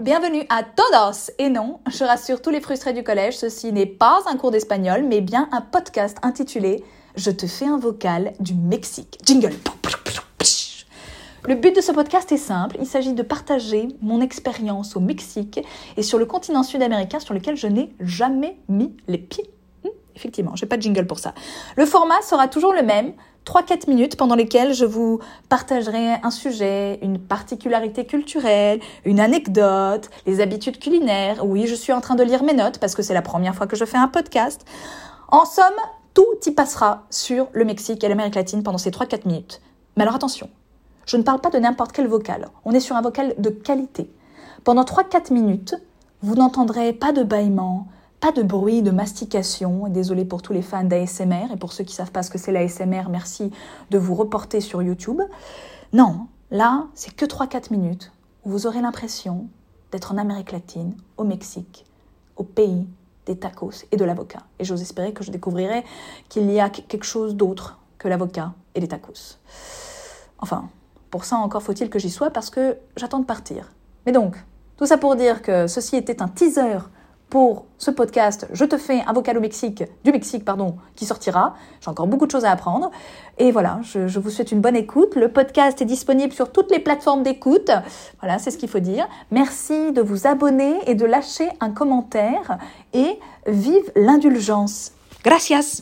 bienvenue à todos. Et non, je rassure tous les frustrés du collège, ceci n'est pas un cours d'espagnol, mais bien un podcast intitulé « Je te fais un vocal du Mexique ». Jingle. Le but de ce podcast est simple, il s'agit de partager mon expérience au Mexique et sur le continent sud-américain sur lequel je n'ai jamais mis les pieds. Effectivement, j'ai pas de jingle pour ça. Le format sera toujours le même, 3-4 minutes pendant lesquelles je vous partagerai un sujet, une particularité culturelle, une anecdote, les habitudes culinaires. Oui, je suis en train de lire mes notes parce que c'est la première fois que je fais un podcast. En somme, tout y passera sur le Mexique et l'Amérique latine pendant ces 3-4 minutes. Mais alors attention, je ne parle pas de n'importe quel vocal. On est sur un vocal de qualité. Pendant 3-4 minutes, vous n'entendrez pas de bâillement, pas de bruit de mastication. Désolée pour tous les fans d'ASMR et pour ceux qui ne savent pas ce que c'est l'ASMR, merci de vous reporter sur YouTube. Non, là, c'est que 3-4 minutes où vous aurez l'impression d'être en Amérique latine, au Mexique, au pays des tacos et de l'avocat. Et j'ose espérer que je découvrirai qu'il y a quelque chose d'autre que l'avocat et les tacos. Enfin, pour ça encore faut-il que j'y sois parce que j'attends de partir. Mais donc, tout ça pour dire que ceci était un teaser pour ce podcast, je te fais un vocal du Mexique, qui sortira. J'ai encore beaucoup de choses à apprendre. Et voilà, je vous souhaite une bonne écoute. Le podcast est disponible sur toutes les plateformes d'écoute. Voilà, c'est ce qu'il faut dire. Merci de vous abonner et de lâcher un commentaire. Et vive l'indulgence. Gracias.